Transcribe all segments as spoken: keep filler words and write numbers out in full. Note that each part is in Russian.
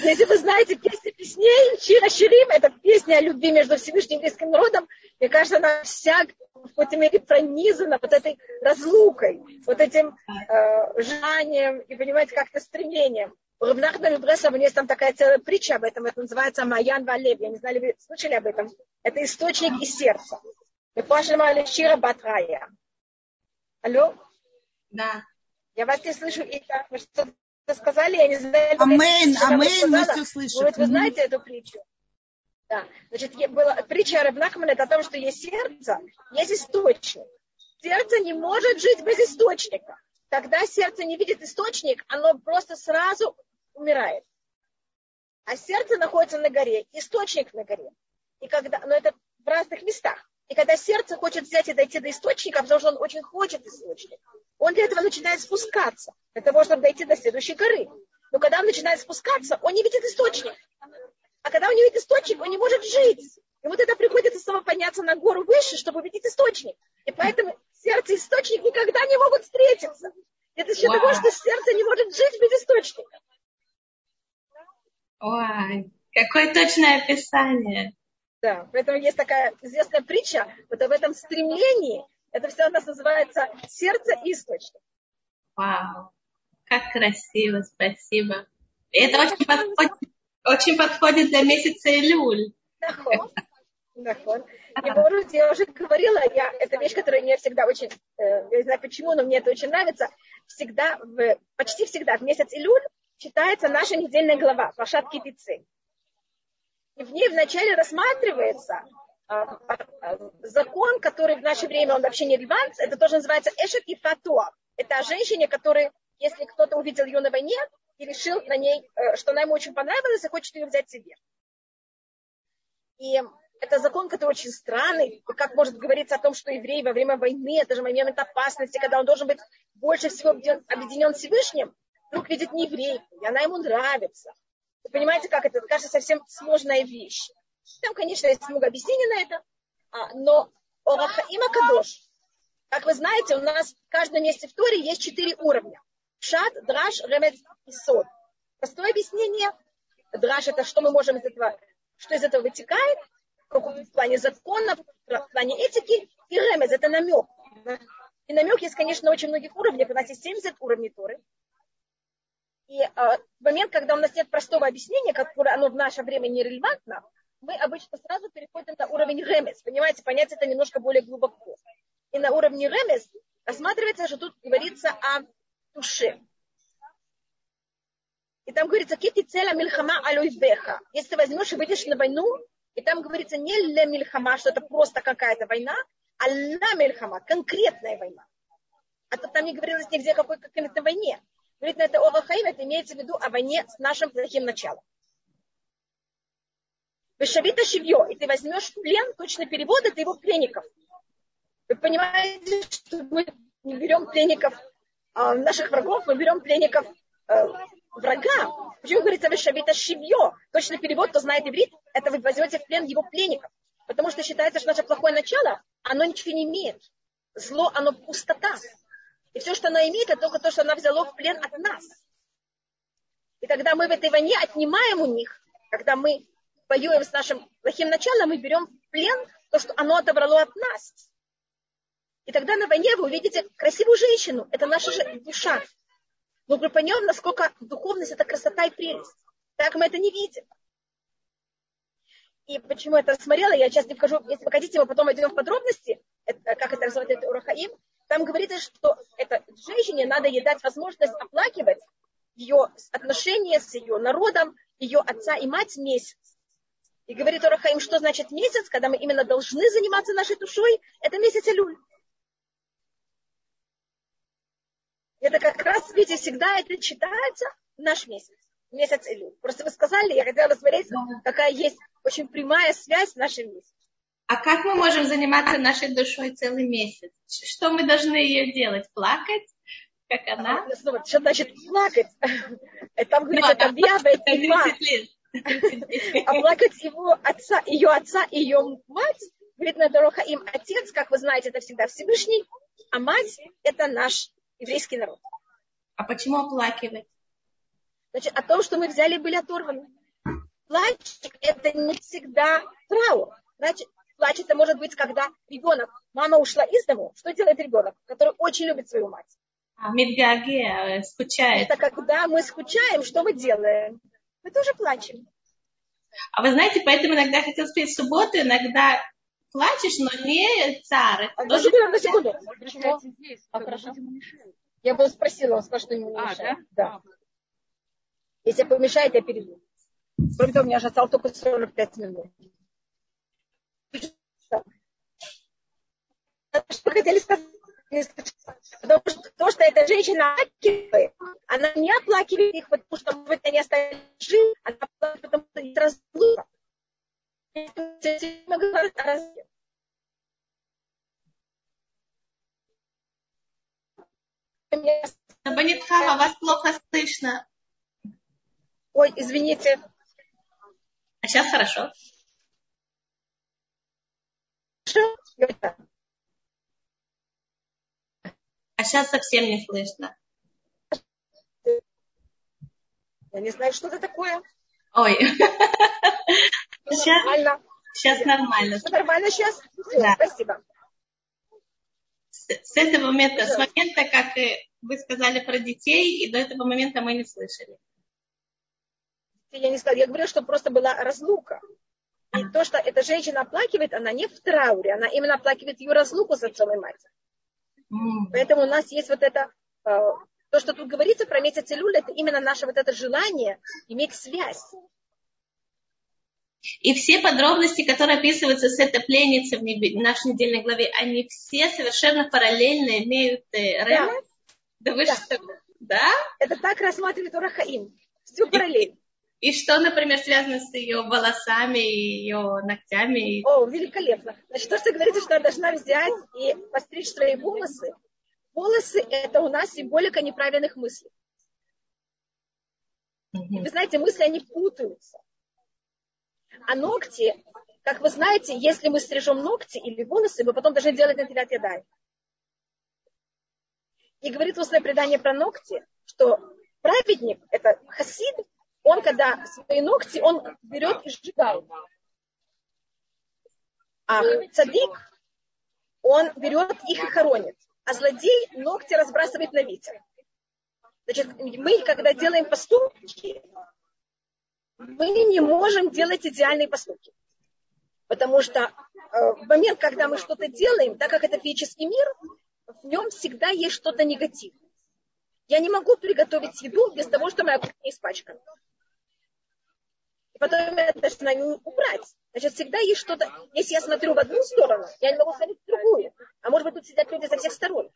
Если вы знаете песню песней, Шира Ширим, это песня о любви между Всевышним и еврейским народом, мне кажется, она вся в какой-то мере пронизана вот этой разлукой, вот этим э, желанием и, понимаете, как-то стремлением. У Рав Нахмана Бреслова у него есть там такая целая притча об этом, это называется Маян Валев. Я не знаю, вы слышали об этом? Это источник из сердца. Мы пошли Шира Батрая. Алло? Да. Я вас не слышу. Вы что-то сказали? Я не знаю. Амейн, амейн, мы все слышим. Вот вы знаете эту притчу? Да. Значит, была притча Рав Нахмана, это о том, что есть сердце, есть источник. Сердце не может жить без источника. Когда сердце не видит источник, оно просто сразу умирает. А сердце находится на горе, источник на горе. И когда, но это в разных местах. И когда сердце хочет взять и дойти до источника, потому что он очень хочет источник, он для этого начинает спускаться, для того, чтобы дойти до следующей горы. Но когда он начинает спускаться, он не видит источник. А когда он не видит источник, он не может жить. И вот это приходится снова подняться на гору выше, чтобы увидеть источник. И поэтому сердце и источник никогда не могут встретиться. Это из-за того, что сердце не может жить без источника. Ой, какое точное описание. Да, поэтому есть такая известная притча, вот об этом стремлении. Это все у нас называется сердце и источник. Вау, как красиво, спасибо. И это очень подходит, очень подходит для месяца Илюль. Наход. Наход. И, может быть, я уже говорила, я, это вещь, которая мне всегда очень, э, я не знаю почему, но мне это очень нравится, всегда, в, почти всегда в месяц Илюль читается наша недельная глава Пашат Кипицы. И в ней вначале рассматривается а, а, закон, который в наше время, он вообще не релевант, это тоже называется Эшет и Фатуа. Это о женщине, которая, если кто-то увидел ее на войне и решил на ней, что она ему очень понравилась и хочет ее взять себе. И это закон, который очень странный, и как может говориться о том, что еврей во время войны, это же момент опасности, когда он должен быть больше всего объединен Всевышним, вдруг видит не еврейку, и она ему нравится. Вы понимаете, как это? Это, кажется, совсем сложная вещь. Там, конечно, есть много объяснений на это, но Орах Хаим ха-Кадош, как вы знаете, у нас в каждом месте в Торе есть четыре уровня. Пшат, драш, ремец и сод. Простое объяснение. Драш — это что мы можем из этого, что из этого вытекает, в плане закона, в плане этики. И ремец — это намек. И намек есть, конечно, на очень многих уровнях. У нас есть семьдесят уровней Торы. И а, в момент, когда у нас нет простого объяснения, которое оно в наше время нерелевантно, мы обычно сразу переходим на уровень ремес. Понимаете, понять это немножко более глубоко. И на уровне ремес рассматривается, что тут говорится о душе. И там говорится, кити целя мильхама алюйвеха. Если ты возьмешь и выйдешь на войну, и там говорится не ле мильхама, что это просто какая-то война, а ла мильхама, конкретная война. А то там не говорилось нигде о какой конкретной войне. Говорит, на это Орах Хаим, это имеется в виду о войне с нашим плохим началом. Вешавита шивьё, и ты возьмешь в плен, точный перевод, это его пленников. Вы понимаете, что мы не берем пленников э, наших врагов, мы берем пленников э, врага. Почему говорится вешавита шивьё? Точный перевод, кто знает иврит, это вы возьмете в плен его пленников. Потому что считается, что наше плохое начало, оно ничего не имеет. Зло, оно пустота. И все, что она имеет, это только то, что она взяла в плен от нас. И когда мы в этой войне отнимаем у них, когда мы воюем с нашим плохим началом, мы берем в плен то, что оно отобрало от нас. И тогда на войне вы увидите красивую женщину. Это наша же душа. Но мы поймем, насколько духовность — это красота и прелесть. Так мы это не видим. И почему я это рассмотрела, я сейчас не вхожу, если вы хотите, мы потом войдем в подробности, это, как это называется, это Орах Хаим. Там говорится, что это, женщине надо ей дать возможность оплакивать ее отношения с ее народом, ее отца и мать месяц. И говорит Орах Хаим, что значит месяц, когда мы именно должны заниматься нашей душой, это месяц Элюль. Это как раз, видите, всегда это читается наш месяц, месяц Элюль. Просто вы сказали, я хотела посмотреть, какая есть очень прямая связь в нашем месяце. А как мы можем заниматься нашей душой целый месяц? Что мы должны ее делать? Плакать? Как она? А, снова, что значит плакать? Там говорится, это объявляет оплакать его отца, ее отца и ее мать. Говорит на Орах Хаим, отец, как вы знаете, это всегда Всевышний, а мать — это наш еврейский народ. А почему оплакивать? Значит, о том, что мы взяли и были оторваны. Плач – это не всегда траур. Значит, плач – это может быть, когда ребенок, мама ушла из дому. Что делает ребенок, который очень любит свою мать? Мидгаге, скучает. Это когда мы скучаем, что мы делаем? Мы тоже плачем. А вы знаете, поэтому иногда хотел сказать, в субботу иногда плачешь, но не царь. А тоже... на секунду. Почему? А, хорошо. Я бы спросила, он сказал, что ему не а, мешает. Да? Да. Если помешает, я перейду. Кроме того, у меня же осталось только сорок пять минут. Что хотели сказать? Потому что то, что эта женщина оплакивает, она не оплакивает их, потому что может, они остались живы, она оплакивает, потому что их разлука. Банитхава, вас плохо слышно. Ой, извините. А сейчас хорошо? Хорошо? А сейчас совсем не слышно. Я не знаю, что это такое. Ой. Сейчас нормально. Сейчас нормально. Все нормально сейчас? Да. Спасибо. С, с этого момента, с момента, как вы сказали про детей, и до этого момента мы не слышали. Я не сказала, я говорю, что просто была разлука. И а. то, что эта женщина оплакивает, она не в трауре, она именно оплакивает ее разлуку с отцом и матерью. Mm. Поэтому у нас есть вот это, то, что тут говорится про месяц Илюль, это именно наше вот это желание иметь связь. И все подробности, которые описываются с этой пленницей в нашей недельной главе, они все совершенно параллельно имеют Рема? Да. Да вы да. что? Да? Это так рассматривает Ор ха-Хаим. Все параллельно. И что, например, связано с ее волосами, ее ногтями? О, великолепно. Значит, то, что говорится, что она должна взять и постричь свои волосы. Волосы – это у нас символика неправильных мыслей. Mm-hmm. Вы знаете, мысли, они путаются. А ногти, как вы знаете, если мы стрижем ногти или волосы, мы потом должны делать натилят ядай. И говорит устное предание про ногти, что праведник, это хасид, он, когда свои ногти, он берет и сжигает. А цадик, он берет их и хоронит. А злодей ногти разбрасывает на ветер. Значит, мы, когда делаем поступки, мы не можем делать идеальные поступки. Потому что э, в момент, когда мы что-то делаем, так как это физический мир, в нем всегда есть что-то негативное. Я не могу приготовить еду без того, что моя кухня испачкана. И потом я должна ее убрать. Значит, всегда есть что-то. Если я смотрю в одну сторону, я не могу смотреть в другую. А может быть, тут сидят люди со всех сторон.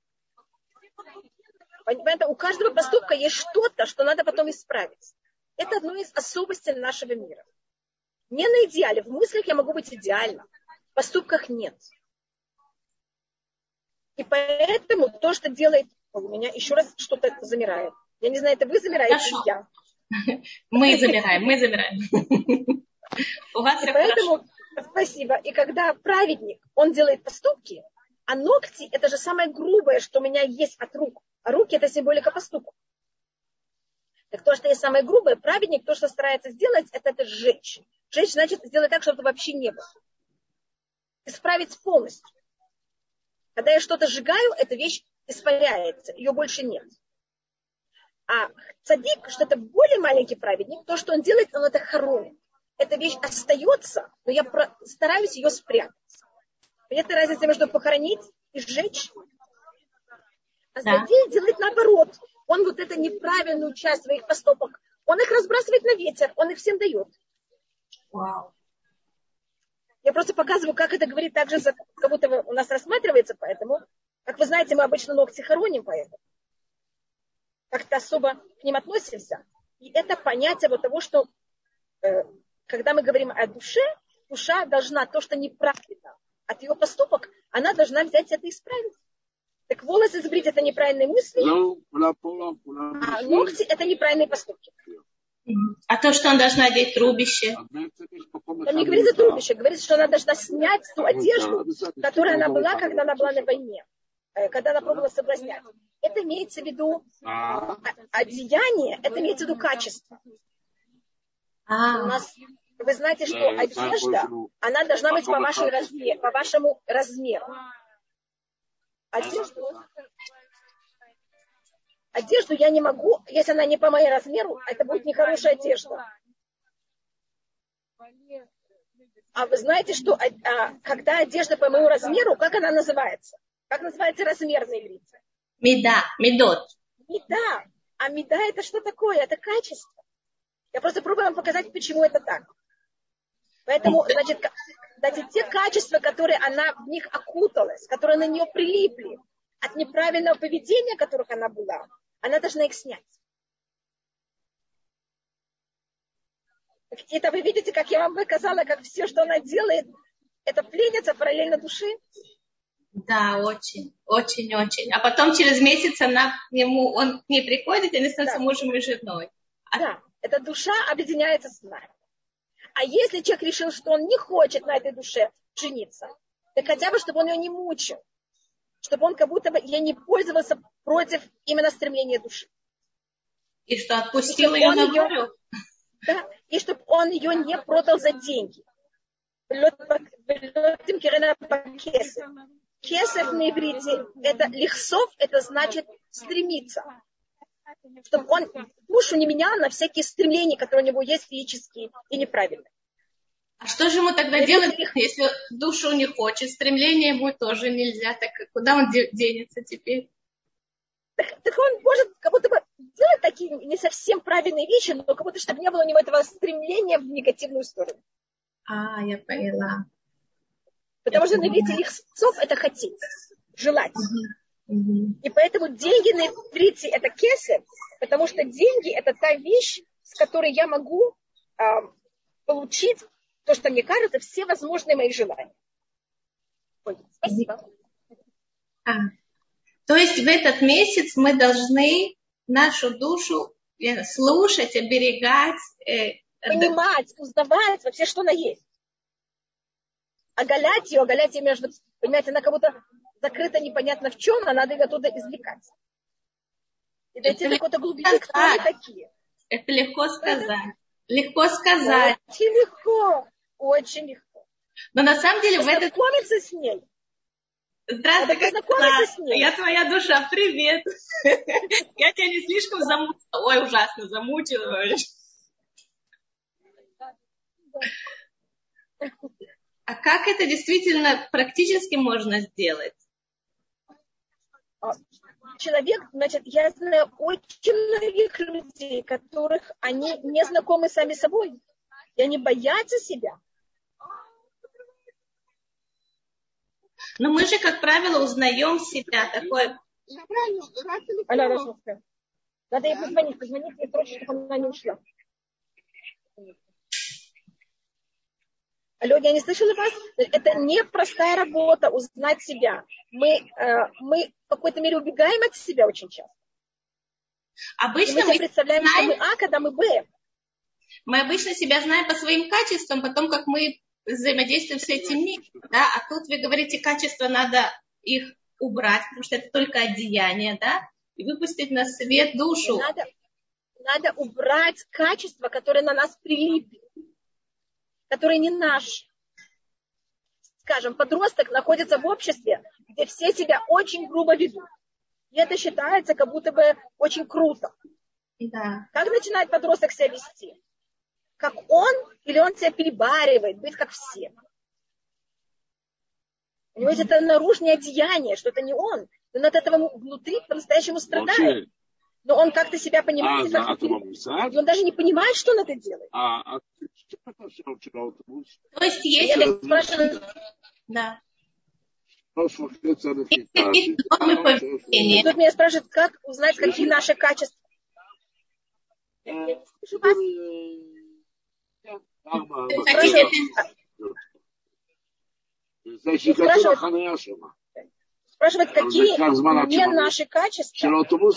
Поэтому у каждого поступка есть что-то, что надо потом исправить. Это одно из особенностей нашего мира. Не на идеале. В мыслях я могу быть идеальна. В поступках нет. И поэтому то, что делает... У меня еще раз что-то замирает. Я не знаю, это вы замираете или я. Мы замираем, мы замираем. У вас все поэтому, хорошо. Спасибо. И когда праведник, он делает поступки, а ногти, это же самое грубое, что у меня есть от рук. А руки – это символика поступка. Так то, что есть самое грубое, праведник, то, что старается сделать, это, это сжечь. Сжечь значит сделать так, чтобы вообще не было. Исправить полностью. Когда я что-то сжигаю, эта вещь испаряется, ее больше нет. А цадик, что это более маленький праведник, то, что он делает, он это хоронит. Эта вещь остается, но я стараюсь ее спрятать. Понятна разница между похоронить и сжечь? А злодей да. делает наоборот. Он вот эту неправильную часть своих поступок, он их разбрасывает на ветер, он их всем дает. Вау. Я просто показываю, как это говорит так же, как будто у нас рассматривается, поэтому, как вы знаете, мы обычно ногти хороним, поэтому как-то особо к ним относимся. И это понятие вот того, что э, когда мы говорим о душе, душа должна то, что неправильно от ее поступок, она должна взять это и исправить. Так волосы сбрить – это неправильные мысли, а ногти – это неправильные поступки. А то, что она должна одеть трубище? Там не говорится трубище, говорится, что она должна снять ту одежду, которая она была, когда она была на войне, когда она пробовала соблазнять. это имеется в виду одеяние, это имеется в виду качество. У нас, вы знаете, что одежда, она должна быть по вашему размеру, по вашему размеру. Одежду, одежду я не могу, если она не по моему размеру, это будет нехорошая одежда. А вы знаете, что а, когда одежда по моему размеру, как она называется? Как называется размер на иврите? Меда, медот. Меда. А меда это что такое? Это качество. Я просто пробую вам показать, почему это так. Поэтому, значит, значит, те качества, которые она в них окуталась, которые на нее прилипли от неправильного поведения, которых она была, она должна их снять. Это вы видите, как я вам показала, как все, что она делает, это пленница параллельно души? Да, очень, очень, очень. А потом через месяц она к нему, он к ней приходит, и они становятся да. мужем и женой. А... Да, эта душа объединяется с нами. А если человек решил, что он не хочет на этой душе жениться, так хотя бы, чтобы он ее не мучил, чтобы он как будто бы ей не пользовался против именно стремления души. И что, отпустил и ее на волю? Да, и чтобы он ее не продал за деньги. Кесов на иврите, это лихсов, это значит стремиться. Чтобы он душу не менял на всякие стремления, которые у него есть физические и неправильные. А что же ему тогда делать, если душу не хочет? Стремления ему тоже нельзя. Так куда он денется теперь? Так, так он может как будто бы делать такие не совсем правильные вещи, но как будто чтобы не было у него этого стремления в негативную сторону. А, я поняла. Потому я что на иврите лихсов это хотеть, желать. Uh-huh. Uh-huh. И поэтому деньги на иврите это кесер, потому что деньги это та вещь, с которой я могу э, получить то, что мне кажется, все возможные мои желания. Ой, спасибо. А. То есть в этот месяц мы должны нашу душу слушать, оберегать, э, понимать, узнавать вообще, что она есть. Оголять ее, оголять ее между... Понимаете, она как будто закрыта непонятно в чем, а надо ее оттуда извлекать. И дойти до какой-то глубины, кто они такие. Это легко сказать. Это... Легко сказать. Очень легко. Очень легко. Но на самом деле в этот... Познакомиться с ней. Здравствуй, как с ней. Я твоя душа, привет. Я тебя не слишком замучила. Ой, ужасно замучила. А как это действительно практически можно сделать? Человек, значит, я знаю очень многих людей, которых они не знакомы сами с собой. И они боятся себя. Но мы же, как правило, узнаем себя. Такое... Надо ей позвонить. Позвонить ей срочно, чтобы она не ушла. Алло, я не слышала вас? Это непростая работа, узнать себя. Мы, э, мы в какой-то мере убегаем от себя очень часто. Обычно мы, мы представляем, знаем... что мы А, когда мы Б. Мы обычно себя знаем по своим качествам, потом как мы взаимодействуем с этим миром. Да? А тут вы говорите, качества надо их убрать, потому что это только одеяние, да? И выпустить на свет душу. Надо, надо убрать качества, которые на нас прилипли, которые не наши. Скажем, подросток находится в обществе, где все себя очень грубо ведут. И это считается как будто бы очень круто. Да. Как начинает подросток себя вести? Как он, или он себя перебаривает, быть как все? У него есть это наружное одеяние, что это не он. Он от этого внутри по-настоящему страдает. Но он как-то себя понимает. А, как и он даже не понимает, что он это делает. А, а то есть, если... Я спрашиваю... Да. Тут меня спрашивают, как узнать, какие наши качества. Спрашивать, какие не наши качества.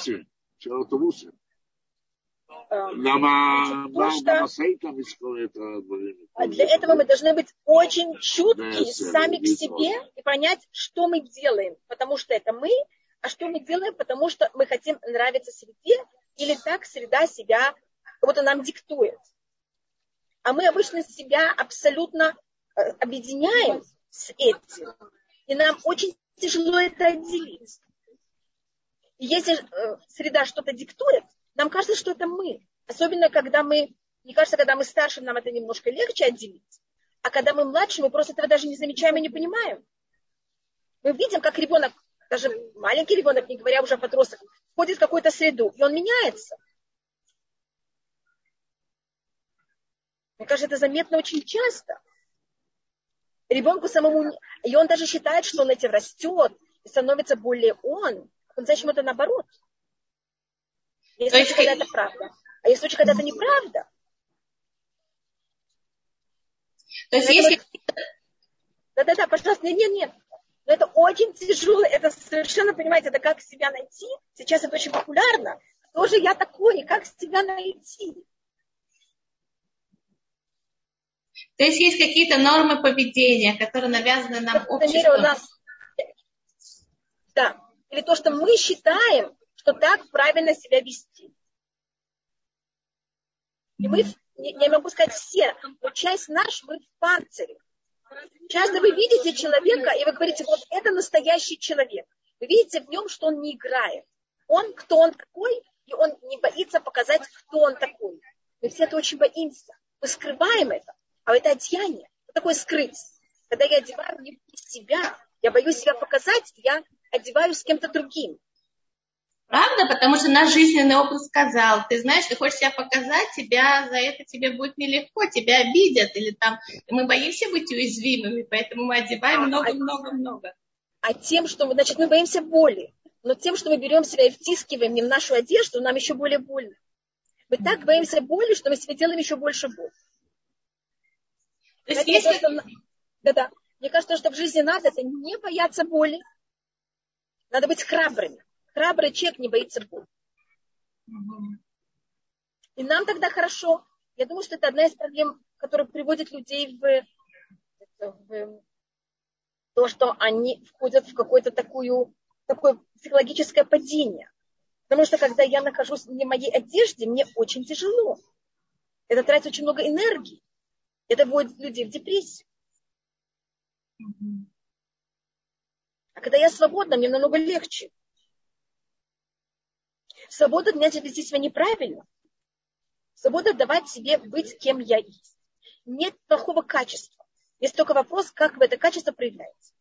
А для этого мы должны быть очень чуткие сами к себе и понять, что мы делаем. Потому что это мы, а что мы делаем, потому что мы хотим нравиться среде, или так среда себя, вот она нам диктует. А мы обычно себя абсолютно объединяем с этим. И нам очень тяжело это отделить. И если среда что-то диктует, нам кажется, что это мы. Особенно, когда мы, мне кажется, когда мы старше, нам это немножко легче отделить. А когда мы младше, мы просто этого даже не замечаем и не понимаем. Мы видим, как ребенок, даже маленький ребенок, не говоря уже о подростках, входит в какую-то среду, и он меняется. Мне кажется, это заметно очень часто. Ребенку самому, и он даже считает, что он этим растет, и становится более он. А по-настоящему это наоборот. Есть случаи, когда это правда. А есть случаи, когда это неправда. То есть если... Да-да-да, пожалуйста, нет-нет-нет. Но это очень тяжело, это совершенно, понимаете, это как себя найти. Сейчас это очень популярно. Кто же я такой, как себя найти? То есть есть какие-то нормы поведения, которые навязаны нам обществом. У нас... Да. Или то, что мы считаем, что так правильно себя вести. И мы, я могу сказать все, но часть наша, мы в панцире. Часто вы видите человека, и вы говорите, вот это настоящий человек. Вы видите в нем, что он не играет. Он, кто он такой, и он не боится показать, кто он такой. Мы все это очень боимся. Мы скрываем это. А это одеяние. Что такое скрыть? Когда я одеваю не себя, я боюсь себя показать, я одеваюсь с кем-то другим. Правда? Потому что наш жизненный опыт сказал, ты знаешь, ты хочешь себя показать, тебя за это тебе будет нелегко, тебя обидят. Или там мы боимся быть уязвимыми, поэтому мы одеваем много-много-много. А, а, а тем, что мы, значит, мы боимся боли. Но тем, что мы берем себя и втискиваем не в нашу одежду, нам еще более больно. Мы так боимся боли, что мы себе делаем еще больше боли. То есть если... что... Да-да. Мне кажется, что в жизни надо это не бояться боли. Надо быть храбрыми. Храбрый человек не боится боли. Mm-hmm. И нам тогда хорошо. Я думаю, что это одна из проблем, которая приводит людей в, в то, что они входят в какое-то такую, такое психологическое падение. Потому что когда я нахожусь не в моей одежде, мне очень тяжело. Это тратит очень много энергии. Это вводит людей в депрессию. Mm-hmm. А когда я свободна, мне намного легче. Свобода не значит вести себя неправильно. Свобода давать себе быть, кем я есть. Нет плохого качества. Есть только вопрос, как в это качество проявляется.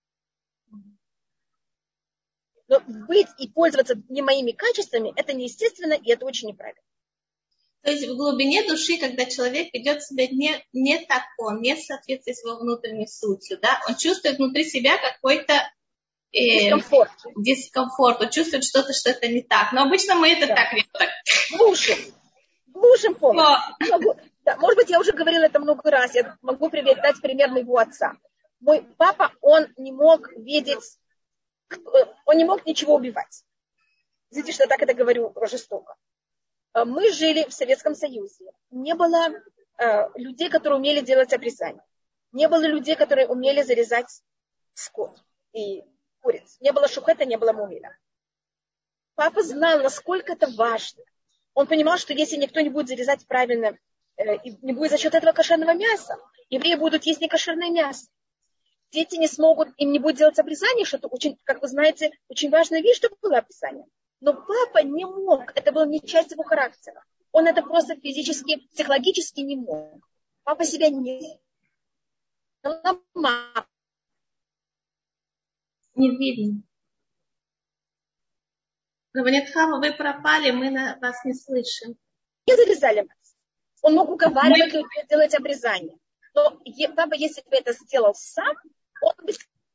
Но быть и пользоваться не моими качествами, это неестественно, и это очень неправильно. То есть в глубине души, когда человек ведет себя не, не так он, не в соответствии с его внутренней сутью, да, он чувствует внутри себя какой-то дискомфорт. Э, дискомфорт, он чувствует что-то, что это не так. Но обычно мы это да. так так. Глушим. Глушим полностью. Могу, да, может быть, я уже говорила это много раз. Я могу привет, дать пример моего отца. Мой папа, он не мог видеть, он не мог ничего убивать. Видите, что я так это говорю жестоко. Мы жили в Советском Союзе. Не было э, людей, которые умели делать обрезание. Не было людей, которые умели зарезать скот и куриц. Не было шухета, не было мумиля. Папа знал, насколько это важно. Он понимал, что если никто не будет зарезать правильно, э, и не будет за счет этого кошерного мяса, евреи будут есть некошерное мясо. Дети не смогут, им не будет делать обрезание, что это очень, как вы знаете, очень важная вещь, чтобы было обрезание. Но папа не мог, это была не часть его характера. Он это просто физически, психологически не мог. Папа себя не... Не видно. Раванитхава, вы пропали, мы на вас не слышим. Не зарезали нас. Он мог уговаривать мы... людей делать обрезание. Но папа, если бы это сделал сам, он бы...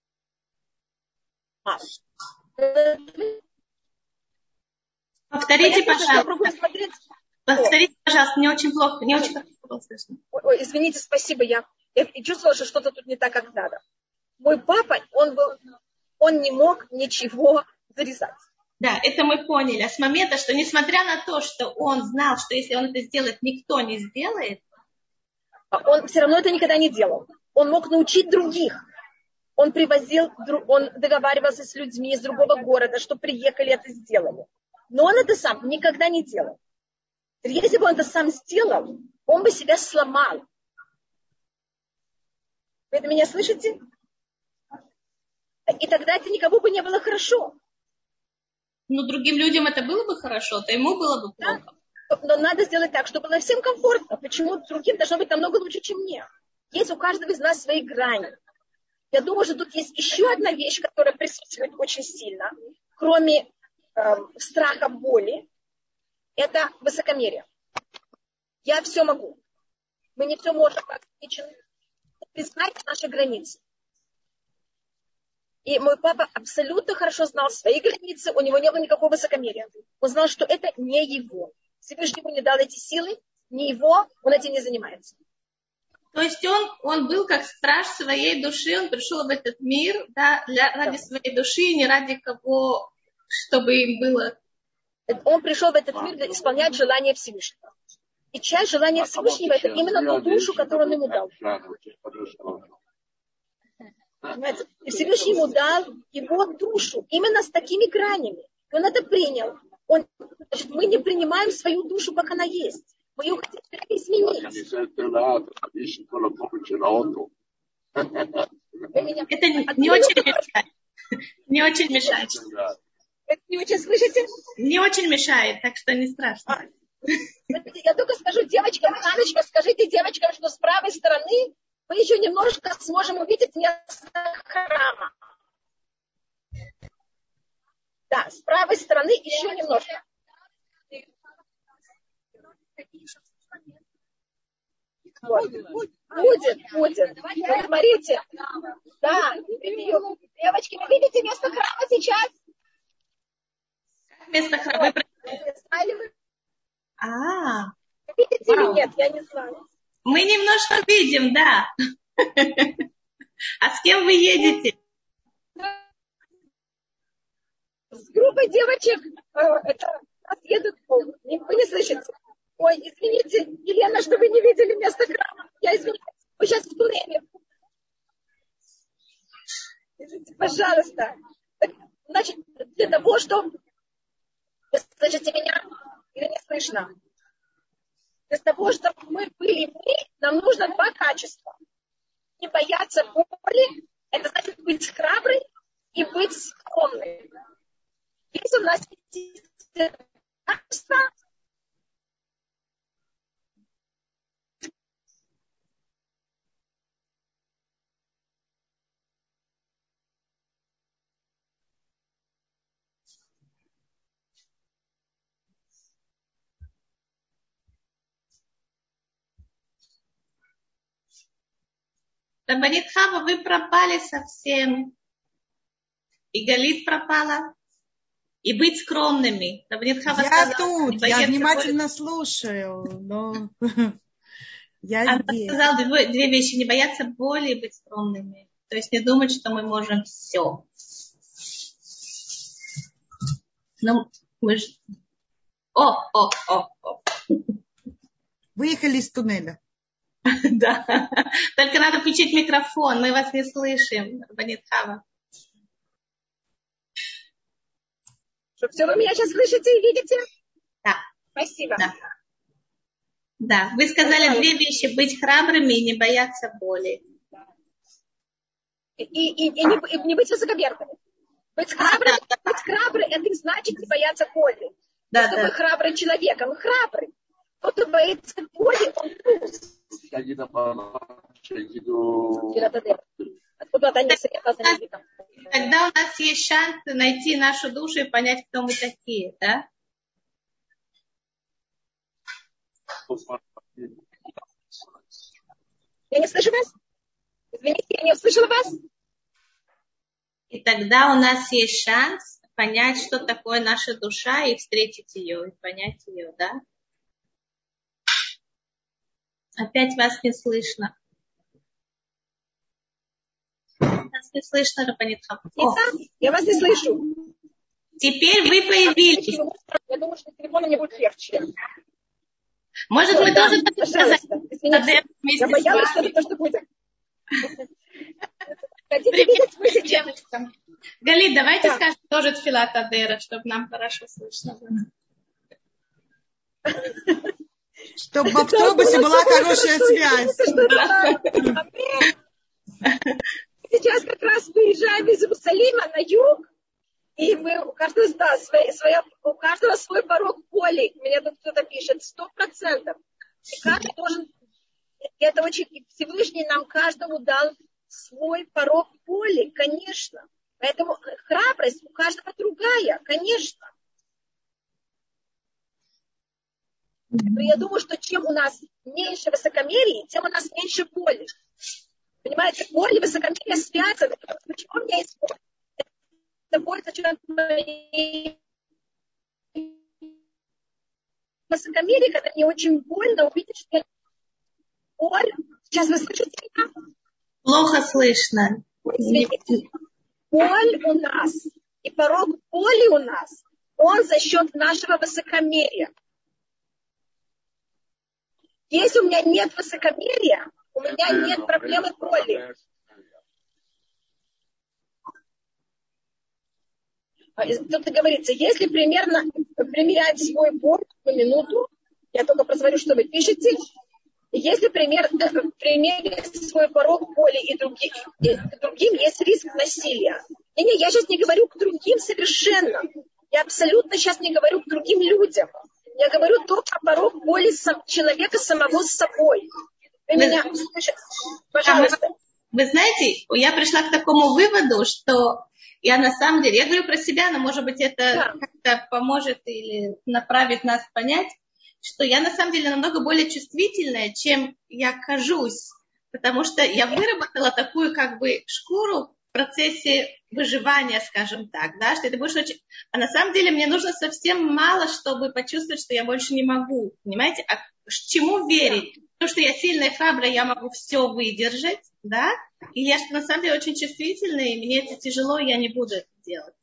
Повторите, пожалуйста. Повторите, пожалуйста, мне очень плохо, не очень плохо слышно. Ой, извините, спасибо, я, я чувствовала, что что-то тут не так, как надо. Мой папа, он был, он не мог ничего зарезать. Да, это мы поняли. А с момента, что несмотря на то, что он знал, что если он это сделает, никто не сделает, он все равно это никогда не делал. Он мог научить других. Он привозил, он договаривался с людьми из другого города, что приехали, это сделали. Но он это сам никогда не делал. Если бы он это сам сделал, он бы себя сломал. Вы это меня слышите? И тогда это никому бы не было хорошо. Ну, другим людям это было бы хорошо, то ему было бы плохо. Да? Но надо сделать так, чтобы было всем комфортно. Почему другим должно быть намного лучше, чем мне? Есть у каждого из нас свои грани. Я думаю, что тут есть еще одна вещь, которая присутствует очень сильно, кроме э, страха, боли. Это высокомерие. Я все могу. Мы не все можем, как женщины. Признать наши границы. И мой папа абсолютно хорошо знал свои границы, у него не было никакого высокомерия. Он знал, что это не его. Всевышний ему не дал эти силы, не его, он этим не занимается. То есть он, он был как страж своей души, он пришел в этот мир, да, для, ради да. своей души, не ради кого, чтобы им было. Он пришел в этот мир для исполнять желания Всевышнего. И часть желания Всевышнего это именно ту душу, которую он ему дал. Понимаете? И Всевышний ему дал его душу именно с такими гранями. И он это принял. Он, значит, мы не принимаем свою душу, как она есть. Мы ее хотим изменить. Это не, не очень мешает. Не очень мешает. Это не очень слышите? Не очень мешает, так что не страшно. Я только скажу девочкам, Анечка, скажите девочкам, что с правой стороны мы еще немножко сможем увидеть место храма. Да, с правой стороны еще немножко. Вот. Будет, будет. Вот смотрите. Да, девочки, вы видите место храма сейчас? Место храма. А, вы видите или нет? Я не знаю. Мы немножко видим, да. А с кем вы едете? С группой девочек. Это нас едут. Вы не слышите? Ой, извините, Елена, что вы не видели место храма. Я извиняюсь. Вы сейчас в туннеле. Извините, пожалуйста. Значит, для того, чтобы... Вы слышите меня? Или не слышно? Для того, чтобы мы были мы, нам нужно два качества. Не бояться боли, это значит быть храброй и быть скромной. Если у нас есть качество, Рабанит Хава, вы пропали совсем. И Галит пропала. И быть скромными. Рабанит Хава я сказала, тут, я внимательно боли. слушаю, но я Она здесь. сказала две, две вещи. Не бояться боли и быть скромными. То есть не думать, что мы можем все. Ну, мы же... О, о, о, о. Выехали из туннеля. Да. Только надо включить микрофон. Мы вас не слышим, Рабанит Хава. Что, все вы меня сейчас слышите и видите? Да. Спасибо. Да. Да. Вы сказали да. две вещи. Быть храбрыми и не бояться боли. И, и, и, не, и не быть высокомерными. Быть храбрым, а, да, да. быть храбрым, это не значит не бояться боли. Да, Кто да. вы храбрый человек, он храбрый. Тот, кто боится боли, он трус. Тогда у нас есть шанс найти нашу душу и понять, кто мы такие, да? Я не слышу вас. Извините, я не услышала вас. И тогда у нас есть шанс понять, что такое наша душа, и встретить ее, и понять ее, да? Опять вас не слышно. Вас не слышно, Рабанит Хава. Я вас не слышу. Теперь вы появились. Я думаю, что телефон мне будет легче. Может, мы да, тоже сказать? Я боялась, что это будет. Хотите видеть Галит, давайте Да. скажем тоже тфилат адера, чтобы нам хорошо слышно было. Чтобы в автобусе была хорошая связь. Сейчас как раз выезжаем из Иерусалима на юг, и мы у каждого, да, свои, своя, у каждого свой порог поля. Мне тут кто-то пишет, сто процентов. И каждый должен, это очень, Всевышний нам каждому дал свой порог поля, конечно. Поэтому храбрость у каждого другая, конечно. Но я думаю, что чем у нас меньше высокомерия, тем у нас меньше боли. Понимаете, боль и высокомерие связаны. Почему у меня есть боль? Это боль за счет моей высокомерия, когда мне очень больно увидеть, что я боль. Сейчас вы слышите меня? Плохо слышно. Извините. Боль у нас и порог боли у нас, он за счет нашего высокомерия. Если у меня нет высокомерия, у меня нет проблемы боли. Тут говорится, если примерно примерять свой боль по минуту, я только прозвоню, что вы пишете, если пример, примерить свой порог боли и, других, и к другим, есть риск насилия. Не, не, я сейчас не говорю к другим совершенно. Я абсолютно сейчас не говорю к другим людям. Я говорю только о порог боли сам, человека самого с собой. Вы вы, меня... Пожалуйста. Вы, вы знаете, я пришла к такому выводу, что я на самом деле, я говорю про себя, но может быть это да. как-то поможет или направит нас понять, что я на самом деле намного более чувствительная, чем я кажусь. Потому что я выработала такую как бы шкуру в процессе выживания, скажем так, да, что это больше очень... А на самом деле мне нужно совсем мало, чтобы почувствовать, что я больше не могу. Понимаете? А чему верить? Потому что я сильная и храбрая, я могу все выдержать, да? И я на самом деле очень чувствительная, и мне это тяжело, и я не буду это делать.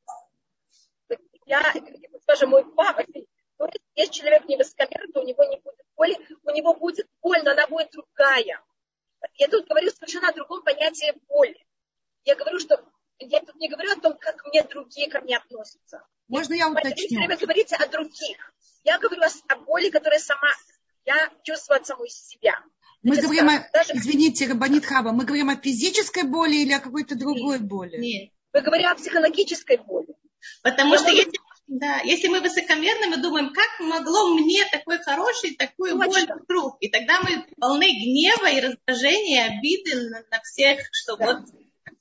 Я, скажем, мой папа, если человек не высокомерный, то у него не будет боли, у него будет боль, но она будет другая. Я тут говорю совершенно о другом понятии боли. Я говорю, что я тут не говорю о том, как мне другие ко мне относятся. Можно я уточню? Вы говорите о других. Я говорю о, о боли, которая сама, я чувствую от самой себя. Мы Значит, говорим скажем, о, даже... извините, Рабанит Хава, мы говорим о физической боли или о какой-то другой Нет, боли? Нет. Мы говорим о психологической боли. Потому я что могу... если, да, если мы высокомерны, мы думаем, как могло мне такой хороший, такую Точно. боль вдруг. И тогда мы полны гнева и раздражения, обиды на, на всех, что да. вот...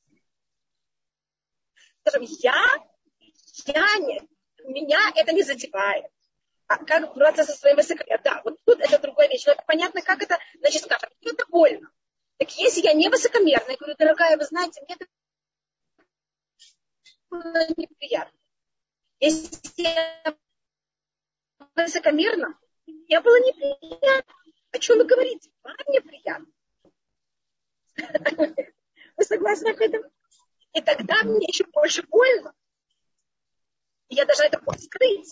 Скажем, я, я не, меня это не задевает. А как бороться со своим высокомерием? Да, вот тут это другая вещь. Но это понятно, как это, значит, скажем, это больно. Так если я не высокомерная, я говорю, дорогая, вы знаете, мне это было неприятно. Если я высокомерна, мне было неприятно. О чем вы говорите? Вам неприятно. Вы согласны с этим? И тогда мне еще больше больно. И я должна это скрыть.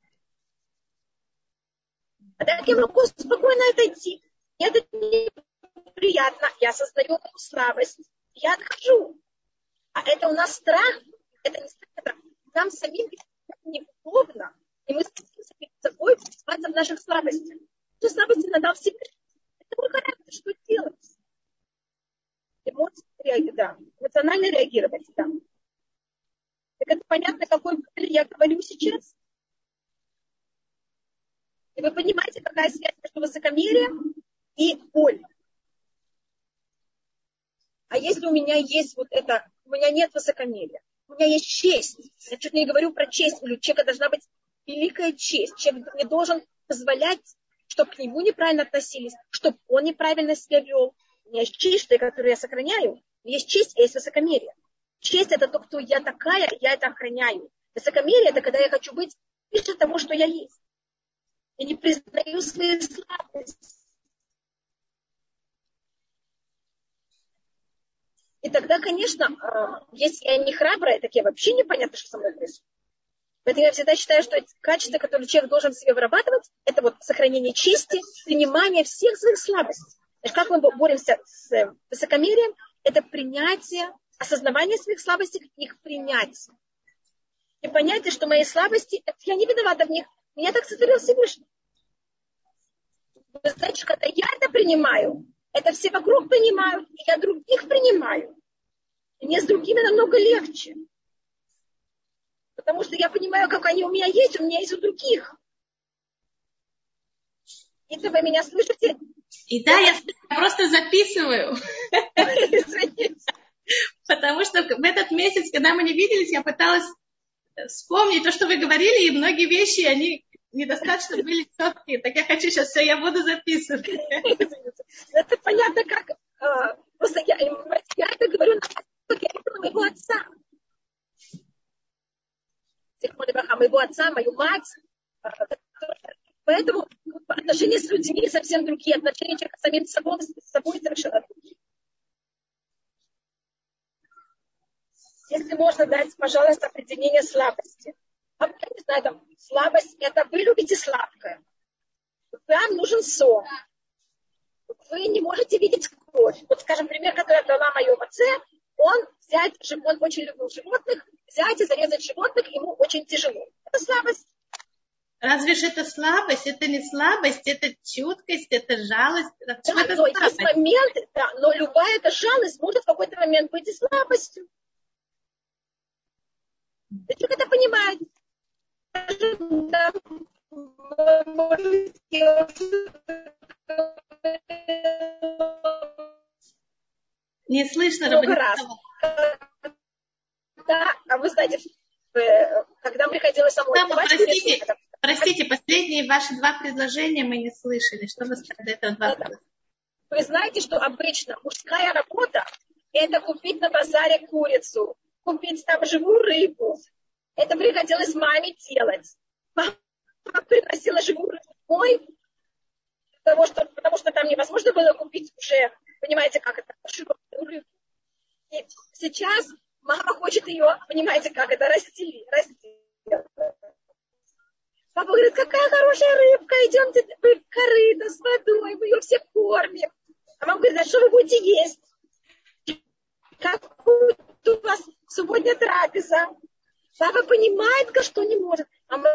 А так я могу спокойно отойти. Мне это неприятно. Я создаю эту слабость. Я отхожу. А это у нас страх. Это не страх. Это нам самим неудобно. И мы стремимся перед собой признаться в наших слабостях. Что слабости надо в себе. Это мой характер. Что делать? Эмоции реагировать, да. Эмоционально реагировать, да. Так это понятно, какой боли я говорю сейчас? И вы понимаете, какая связь между высокомерием и болью. А если у меня есть вот это, у меня нет высокомерия, у меня есть честь. Я чуть не говорю про честь. У человека должна быть великая честь. Человек не должен позволять, чтобы к нему неправильно относились, чтобы он неправильно себя вел. У меня есть честь, которую я сохраняю. Есть честь, а есть высокомерие. Честь – это то, кто я такая, я это охраняю. Высокомерие – это когда я хочу быть выше того, что я есть. Я не признаю свои слабости. И тогда, конечно, если я не храбрая, так я вообще непонятно, что со мной происходит. Поэтому я всегда считаю, что эти качества, которые человек должен в себе вырабатывать, это вот сохранение чести, принимание всех своих слабостей. Значит, как мы боремся с высокомерием? Это принятие осознавание своих слабостей, их принять. И понятие, что мои слабости, я не виновата в них. Меня так сотворил Всевышний. Вы знаете, когда я это принимаю, это все вокруг принимают, и я других принимаю. И мне с другими намного легче. Потому что я понимаю, как они у меня есть, у меня есть у других. Если вы меня слышите... И да, я просто записываю. Потому что в этот месяц, когда мы не виделись, я пыталась вспомнить то, что вы говорили, и многие вещи, они недостаточно были четкие. Так я хочу сейчас все, я буду записывать. Это понятно, как... Просто я, я это говорю, как я видела моего отца. Моего отца, мою мать. Поэтому отношения с людьми совсем другие, отношения человека с самим собой, с собой совершенно другие. Если можно дать, пожалуйста, определение слабости. Я не знаю, там, слабость – это вы любите сладкое. Вам нужен сон. Вы не можете видеть кровь. Вот, скажем, пример, который я дала моему отце, он взять, он очень любил животных, взять и зарезать животных ему очень тяжело. Это слабость. Разве же это слабость? Это не слабость, это чуткость, это жалость. Да, это но слабость? Есть моменты, да, но любая эта жалость может в какой-то момент быть и слабостью. И человек это понимает. Да, не слышно, Рабанит. Да, а вы знаете, когда приходилось самой... Да, простите, простите, последние ваши два предложения мы не слышали. Что вы сказали до этого два предложения? Вы знаете, что обычно мужская работа – это купить на базаре курицу, купить там живую рыбу. Это приходилось маме делать. Мама приносила живую рыбу домой, потому что, потому что там невозможно было купить уже, понимаете, как это, живую рыбу. И сейчас мама хочет ее, понимаете, как это, расстелить. Папа говорит, какая хорошая рыбка, идемте в корыто с водой, мы ее все кормим. А мама говорит, а что вы будете есть? Как у вас сегодня трапеза? Папа понимает, что не может. А мы...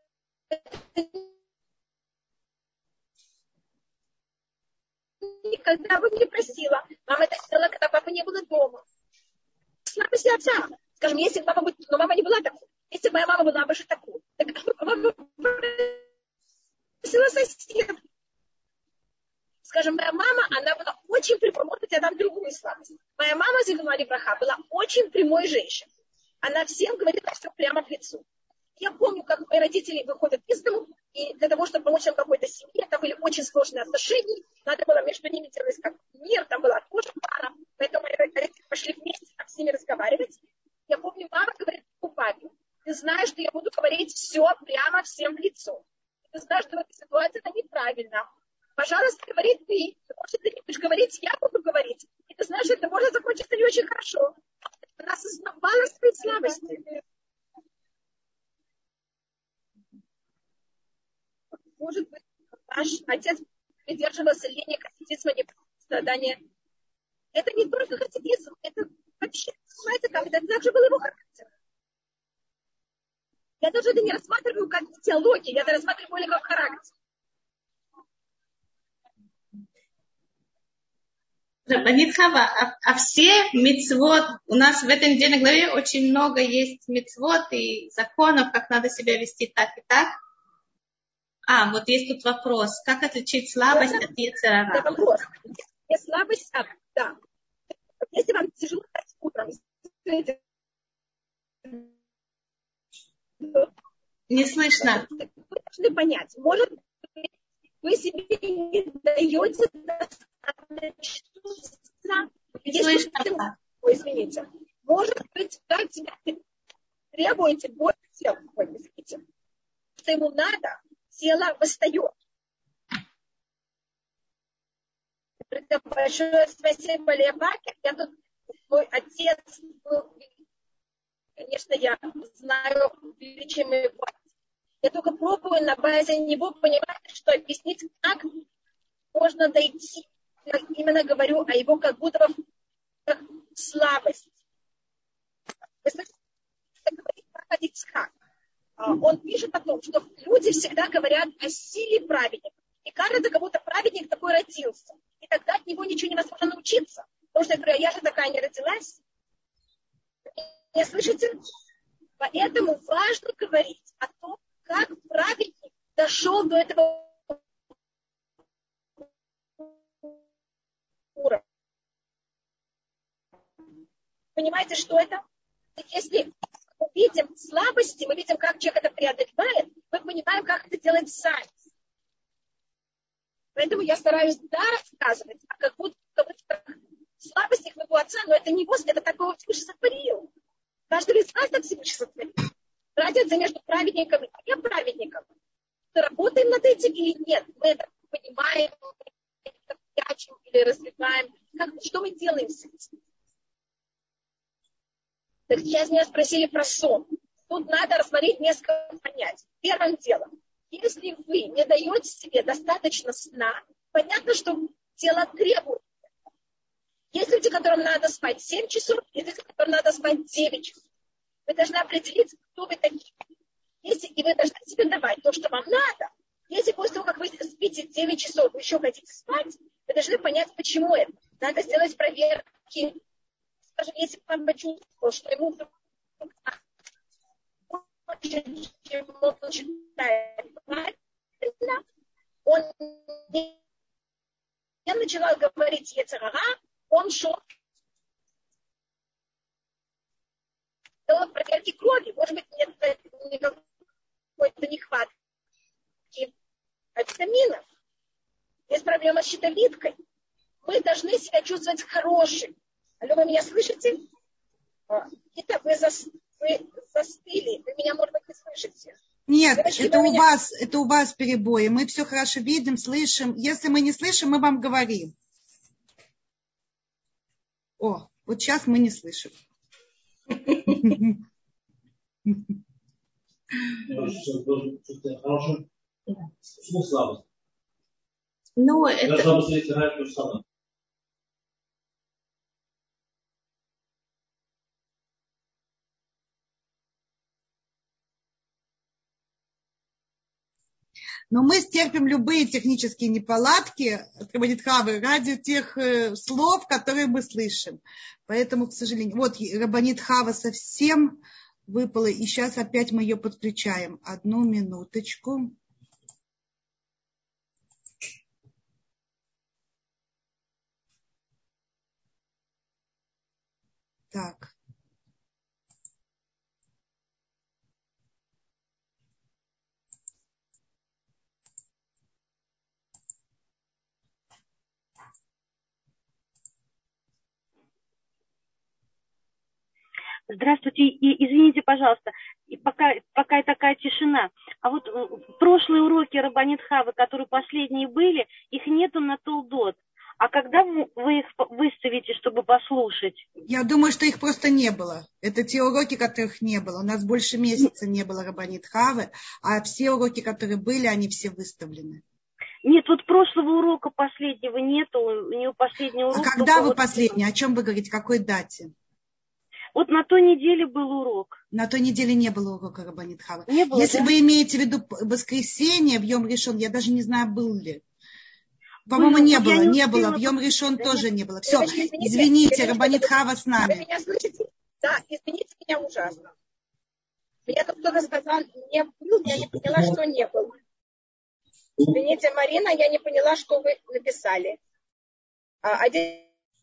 Никогда бы не просила. Мама это сделала, когда папа не было дома. Слабость отца. Скажем, если папа будет... Но мама не была такой. Если моя мама была бы же такой. Так мама просила сосед. Скажем, моя мама, она была очень прямой. Вот я дам другую слабость. Моя мама, Зигуна Либраха, была очень прямой женщиной. Она всем говорила все прямо в лицо. Я помню, как мои родители выходят из дома, и для того, чтобы помочь им какой-то семье, там были очень сложные отношения, надо было между ними делать как мир, там была тоже пара, поэтому мои родители пошли вместе там с ними разговаривать. Я помню, мама говорит папе, ты знаешь, что я буду говорить все прямо всем в лицо. Ты знаешь, что в этой ситуации это неправильно. Пожалуйста, говори ты, потому что ты не будешь говорить, я буду говорить. И ты знаешь, что это может закончиться не очень хорошо. Она осознавала свои слабости. Может быть, ваш отец придерживался линии хасидизма, не страдания. Это не только хасидизм, это вообще, понимаете, как это также был его характер. Я даже это не рассматриваю как теологию, я это рассматриваю более как характер. Рабанит Хава, а, а все мицвот, у нас в этой недельной главе очень много есть мицвот и законов, как надо себя вести так и так. А, вот есть тут вопрос. Как отличить слабость это, от йецер ара? Это вопрос. Если слабость, а, да. Если вам тяжело стать утром, не слышно. Вы должны понять, может быть, вы себе не даете достаточно. Не слышно. Ой, извините. Может быть, вы себя требуете больше тела. Ой, извините. Что ему надо, тело восстает. Большое спасибо, Леопаке. Я тут, мой отец был, конечно, я знаю, чем его. Я только пробую на базе него понимать, что объяснить, как можно дойти. Я именно говорю о его как будто как слабость. Вы слышите, это говорит про Ицхак. Он пишет о том, что люди всегда говорят о силе праведника. И кажется, как будто праведник такой родился. И тогда от него ничего невозможно научиться. Потому что я говорю, я же такая не родилась. Не слышите? Поэтому важно говорить о том, как праведник дошел до этого уровня. Понимаете, что это? Если мы видим слабости, мы видим, как человек это преодолевает, мы понимаем, как это делать сами. Поэтому я стараюсь, да, рассказывать, а как будто, как будто слабостях моего отца, но это не его, это такого Всевышний сотворил. Каждый из нас так Всевышний сотворил. Разница между праведником и неправедником. Мы работаем над этим или нет? Мы это понимаем, прячем или развиваем. Как, что мы делаем с этим? Так сейчас меня спросили про сон. Тут надо рассмотреть несколько понятий. Первым делом, если вы не даете себе достаточно сна, понятно, что тело требует. Есть люди, которым надо спать семь часов, есть люди, которым надо спать девять часов. Вы должны определить, кто вы такие. Если, и вы должны себе давать то, что вам надо. Если после того, как вы спите девять часов, вы еще хотите спать, вы должны понять, почему это. Надо сделать проверки. Скажем, если вам почувствовал, что ему вдруг он читает правильно, он не начинал говорить йецер гара, он шел делал проверки крови. Может быть, нет какой-то нехватки витаминов. Есть проблема с щитовидкой. Мы должны себя чувствовать хорошим. Алло, вы меня слышите? Итак, вы, зас... вы застыли. Вы меня, может быть, не слышите. Нет, Девочки, это у меня... вас, это у вас перебои. Мы все хорошо видим, слышим. Если мы не слышим, мы вам говорим. О, вот сейчас мы не слышим. Ну, это... Но мы стерпим любые технические неполадки от Рабанит Хавы ради тех э, слов, которые мы слышим. Поэтому, к сожалению, вот Рабанит Хава совсем выпала, и сейчас опять мы ее подключаем. Одну минуточку. Так. Здравствуйте, и извините, пожалуйста, и пока, пока такая тишина. А вот прошлые уроки Рабанит Хавы, которые последние были, их нету на Толдот. А когда вы их выставите, чтобы послушать? Я думаю, что их просто не было. Это те уроки, которых не было. У нас больше месяца не было Рабанит Хавы, а все уроки, которые были, они все выставлены. Нет, вот прошлого урока последнего нету, у нее последний урок. А когда вы вот... последний? О чем вы говорите? Какой дате? Вот на той неделе был урок. На той неделе не было урока Рабанит Хавы. Не было, Если да? вы имеете в виду воскресенье в Йом Ришон, я даже не знаю, был ли. По-моему, был, не было, не, не было. успела... В Йом Ришон да тоже нет. не было. Все, Девочки, извините, извините, извините, Рабанит Хава с нами. Вы меня слышите? Да, извините меня ужасно. Мне тут кто-то сказал, не был, я не поняла, что не был. Извините, Марина, я не поняла, что вы написали. А, один...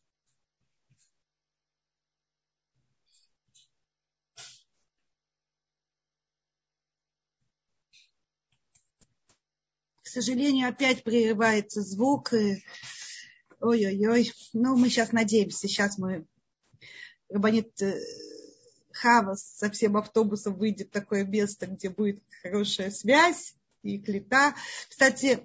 К сожалению, опять прерывается звук. Ой-ой-ой. Ну, мы сейчас надеемся. Сейчас мы... Рабанит Хава со всем автобусом выйдет в такое место, где будет хорошая связь и клита. Кстати,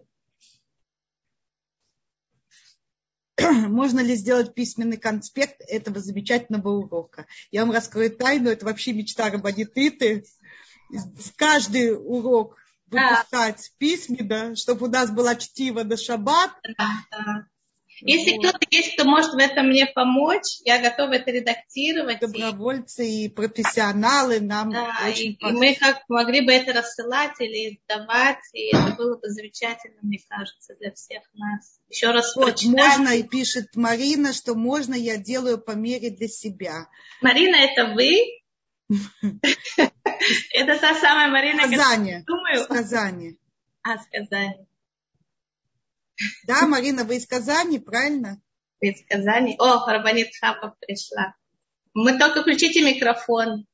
можно ли сделать письменный конспект этого замечательного урока? Я вам раскрою тайну. Это вообще мечта Рабанит Иты. Каждый урок выпускать да. письменно, чтобы у нас была чтива на шаббат. Да, да. Если Вот. кто-то есть, кто может в этом мне помочь, я готова это редактировать. Добровольцы и профессионалы нам Да, очень и, и мы как могли бы это рассылать или издавать, и это было бы замечательно, мне кажется, для всех нас. Еще раз вот, прочитать. можно, и пишет Марина, что можно, я делаю по мере для себя. Марина, это вы? Это та самая Марина, Сказание. думаю. Сказание. А, сказание. Да, Марина, вы из Казани, правильно? Вы из Казани. О, Рабанит Хава пришла. Мы только включите микрофон.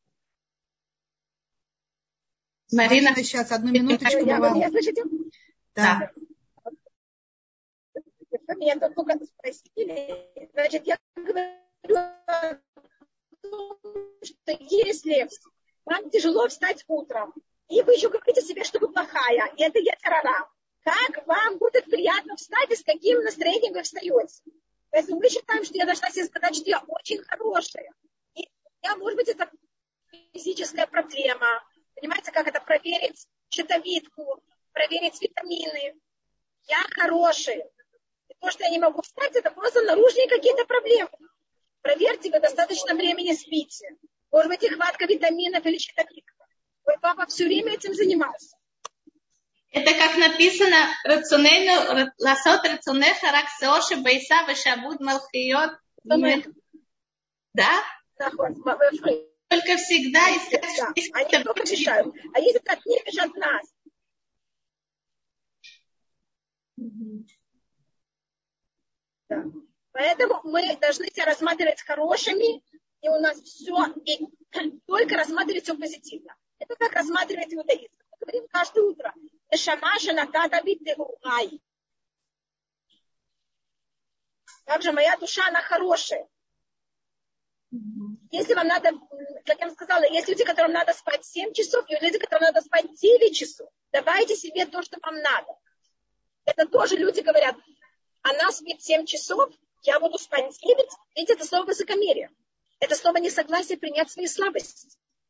Марина, Марина, сейчас, одну минуточку. Я, вам... меня слышите? Да. Вы меня тут только спросили. Значит, я говорю, что если вам тяжело встать утром, и вы еще говорите себе, что вы плохая, и это яцер-ара, как вам будет приятно встать и с каким настроением вы встаете? То есть мы считаем, что я должна себе сказать, что я очень хорошая. И я, может быть, это физическая проблема. Понимаете, как это проверить щитовидку, проверить витамины. Я хорошая. И то, что я не могу встать, это просто наружные какие-то проблемы. Проверьте, вы достаточно времени спите. Может быть, и хватка витаминов или щитовидка. Мой папа все время этим занимался. Это как написано, ласот рацунеха рак сеоши байса вешабуд малхиот. Да? Только всегда искать, да. Они только мешают. А если так не мешают нас? Mm-hmm. Да. Поэтому мы должны себя рассматривать хорошими, и у нас все, и только рассматривать все позитивно. Это как рассматривать иудаизм. Мы говорим каждое утро. Эшамаша наката битте угай. Также моя душа, она хорошая. Если вам надо, как я вам сказала, есть люди, которым надо спать семь часов, и люди, которым надо спать девять часов. Давайте себе то, что вам надо. Это тоже люди говорят, она спит семь часов, я буду спать девять. Видите, это слово высокомерие. Это слово несогласие принять свои слабости.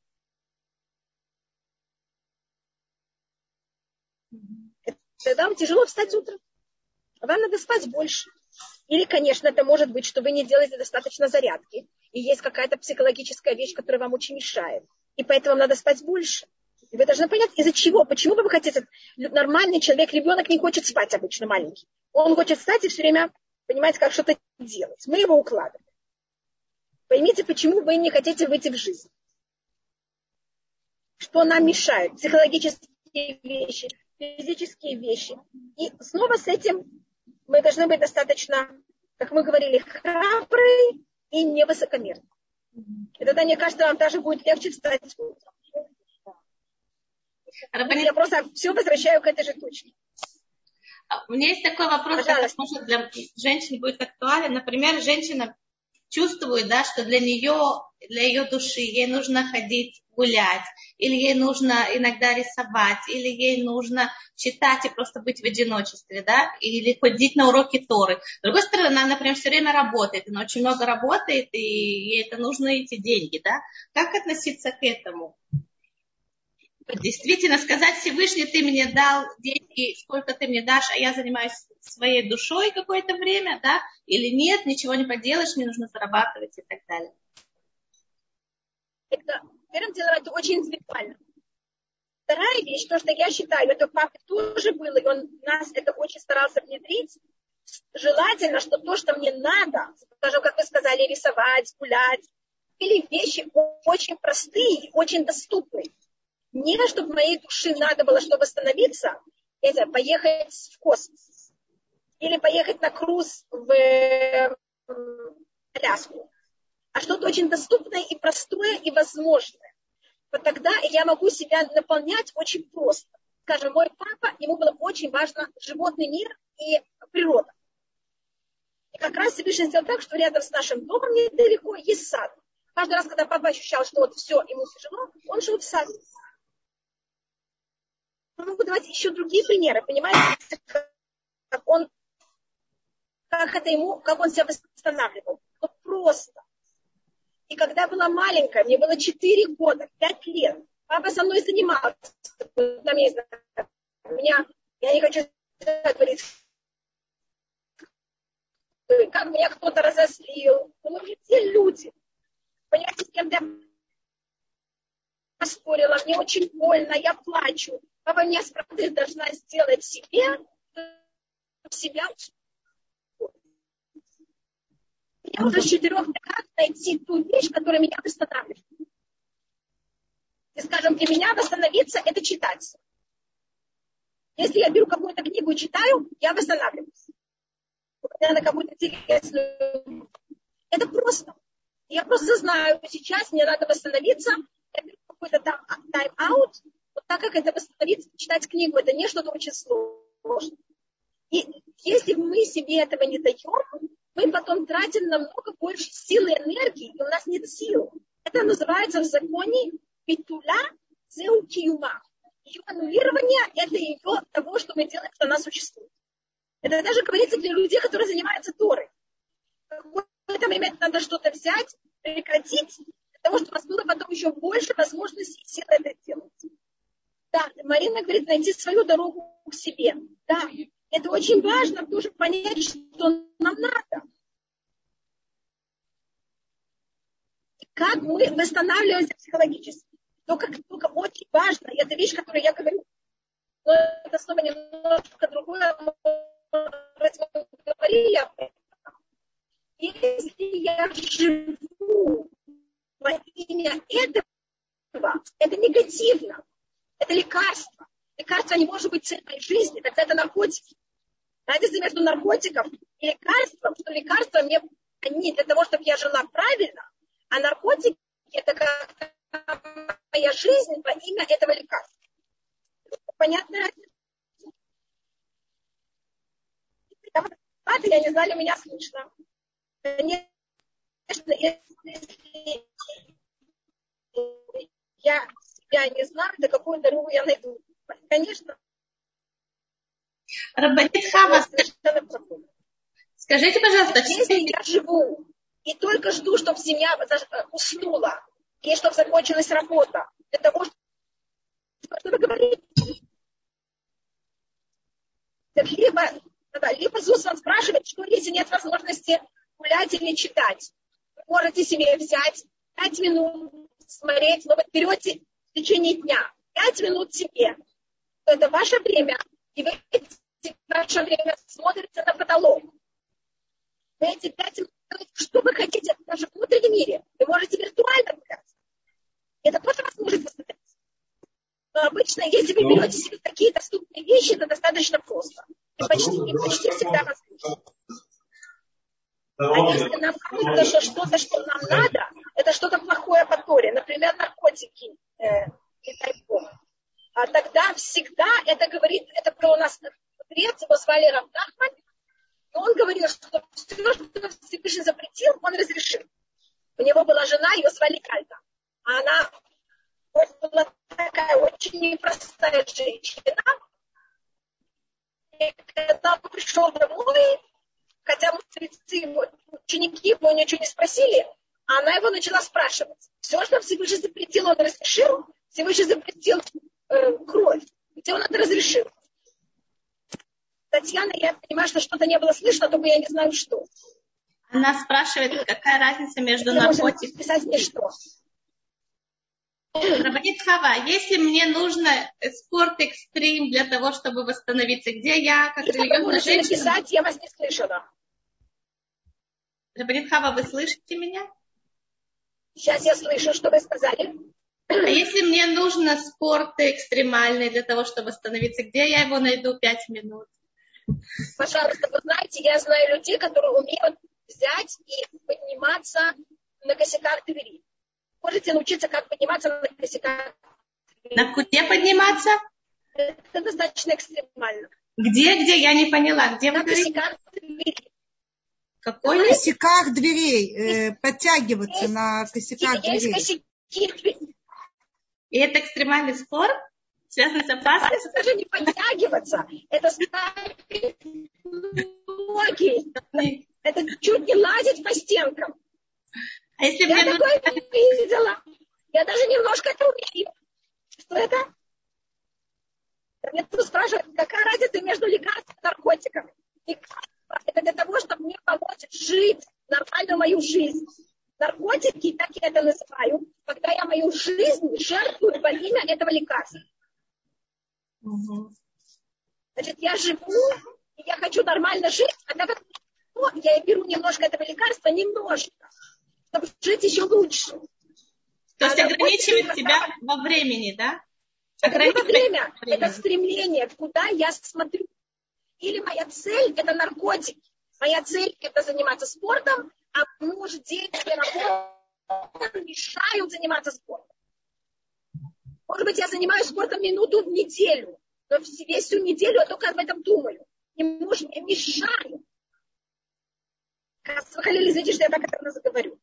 Тогда вам тяжело встать утром. Вам надо спать больше. Или, конечно, это может быть, что вы не делаете достаточно зарядки. И есть какая-то психологическая вещь, которая вам очень мешает. И поэтому вам надо спать больше. И вы должны понять, из-за чего. Почему вы хотите... Нормальный человек, ребенок не хочет спать обычно, маленький. Он хочет встать и все время, понимаете, как что-то делать. Мы его укладываем. Поймите, почему вы не хотите выйти в жизнь. Что нам мешает? Психологические вещи, физические вещи. И снова с этим мы должны быть достаточно, как мы говорили, храбрые и невысокомерные. И тогда, мне кажется, вам даже будет легче встать утром. Рабанит... Я просто все возвращаю к этой же точке. У меня есть такой вопрос, который, может, для женщин будет актуален. Например, женщина чувствует, да, что для нее, для ее души ей нужно ходить гулять, или ей нужно иногда рисовать, или ей нужно читать и просто быть в одиночестве, да, или ходить на уроки Торы. С другой стороны, она, например, все время работает, она очень много работает, и ей это нужны эти деньги, да. Как относиться к этому? Действительно сказать: Всевышний, ты мне дал деньги, сколько ты мне дашь, а я занимаюсь своей душой какое-то время, да, или нет, ничего не поделаешь, мне нужно зарабатывать и так далее. Это, первым делом, это очень индивидуально. Вторая вещь, то, что я считаю, это папе тоже было, и он нас это очень старался внедрить. Желательно, что то, что мне надо, скажем, как вы сказали, рисовать, гулять, или вещи очень простые, очень доступные. Не чтобы моей душе надо было, чтобы остановиться, это поехать в космос. Или поехать на круз в Аляску. А что-то очень доступное и простое и возможное. Вот тогда я могу себя наполнять очень просто. Скажем, мой папа, ему было очень важно животный мир и природа. И как раз Всевышний сделал так, что рядом с нашим домом недалеко есть сад. Каждый раз, когда папа ощущал, что вот все, ему тяжело, он шел в сад. Я могу давать еще другие примеры, понимаете, как он, как это ему, как он себя восстанавливал. Ну, просто. И когда была маленькая, мне было четыре года, пять лет, папа со мной занимался. Там есть, у меня, я не хочу говорить, как меня кто-то разозлил. Но мы же все люди. Понимаете, с кем-то я поспорила, мне очень больно, я плачу. Папа мне правда должна сделать себе, себя. Я уже с четырех как найти ту вещь, которая меня восстанавливает. И, скажем, для меня восстановиться – это читать. Если я беру какую-то книгу и читаю, я восстанавливаюсь. Когда на какую-то интересную... Это просто. Я просто знаю, сейчас мне надо восстановиться, я беру какой-то там тайм-аут, вот так как это восстановиться, читать книгу, это не что-то очень сложное. И если мы себе этого не даем, мы потом тратим намного больше сил и энергии, и у нас нет сил. Это называется в законе питуля зеукиюма. Ее аннулирование – это ее того, что мы делаем, что она существует. Это даже говорится для людей, которые занимаются Торой. В какой-то момент надо что-то взять, прекратить, для того, чтобы у нас было потом еще больше возможностей и сил это делать. Да, Марина говорит, найти свою дорогу к себе. Да, это очень важно тоже понять, что нам надо. И как мы восстанавливаемся психологически. Только, только очень важно, и это вещь, которую я говорю, но это снова немножко другое, раз мы говорили об этом. Если я живу во имя этого, это негативно, это лекарство. Лекарство не может быть цель моей жизни, тогда это наркотики. Разница между наркотиком и лекарством, что лекарства мне, они для того, чтобы я жила правильно, а наркотики это как моя жизнь во имя этого лекарства. Понятно? Я не знаю, меня слышно. Конечно, если я себя не знаю, то какую дорогу я найду. Конечно. Рабанит Хава, скажите, пожалуйста, если я живу и только жду, чтобы семья уснула, и чтобы закончилась работа, для того, чтобы говорить, либо, либо Зусман спрашивает, что если нет возможности гулять или читать. Вы можете себе взять пять минут, смотреть, но вы берете в течение дня пять минут себе. Это ваше время, и вы в ваше время смотрите на потолок. Вы эти пять минут делаете, что вы хотите, даже в внутреннем мире. Вы можете виртуально гулять. Это тоже вас может восстановить. Но обычно, если вы берете себе такие доступные вещи, это достаточно просто. И почти, и почти всегда возможно. А если нам кажется, что что-то, что нам надо, это что-то плохое по Торе, например, наркотики, э, не дай бог, а тогда всегда это говорит, это про у нас мудрец, его звали Рав Нахман, и он говорил, что все, что Всевышний запретил, он разрешил. У него была жена, ее звали Кальта. А она была такая очень непростая женщина. И когда он пришел домой, хотя мудрецы его, ученики его ничего не спросили, а она его начала спрашивать. Все, что Всевышний запретил, он разрешил. Всевышний запретил э, кровь. Где он это разрешил? Татьяна, я понимаю, что что-то не было слышно, только я не знаю, что. Она спрашивает, какая разница между Ты наркотиками. Писать мне что? Рабанит Хава, если мне нужно спорт экстрим для того, чтобы восстановиться, где я, как религиозная женщина... Написать, я вас не слышала. Рабанит Хава, вы слышите меня? Сейчас я слышу, что вы сказали. А если мне нужно спорт экстремальный для того, чтобы восстановиться, где я его найду пять минут? Пожалуйста, вы знаете, я знаю людей, которые умеют взять и подниматься на косяках двери. Можете научиться, как подниматься на косяках двери. На куте подниматься? Это достаточно экстремально. Где, где? Я не поняла. Где на вы говорите? косяках двери. Какой? На косяках дверей. Э, подтягиваться есть, на косяках есть дверей. Косяки двери. И это экстремальный спорт? Связанный с опасностью? Это даже не подтягиваться. Это ставить ноги. Это чуть не лазить по стенкам. А если я мне такое нужно... не видела. Я даже немножко это умею. Что это? Меня тут спрашивают, какая разница между лекарством и наркотиками. Лекарство это для того, чтобы мне помочь жить нормальную мою жизнь. Наркотики, так я это называю, когда я мою жизнь жертвую во имя этого лекарства. Угу. Значит, я живу, и я хочу нормально жить, а так как я беру немножко этого лекарства, немножко, чтобы жить еще лучше. То есть а ограничивает тебя это... во времени, да? Это не во время, это стремление, куда я смотрю. Или моя цель – это наркотики. Моя цель – это заниматься спортом, а муж, дети, работа мешают заниматься спортом. Может быть, я занимаюсь спортом минуту в неделю, но весь всю неделю я только об этом думаю. И муж мне мешает. Вы хотели, извините, что я так это заговорю.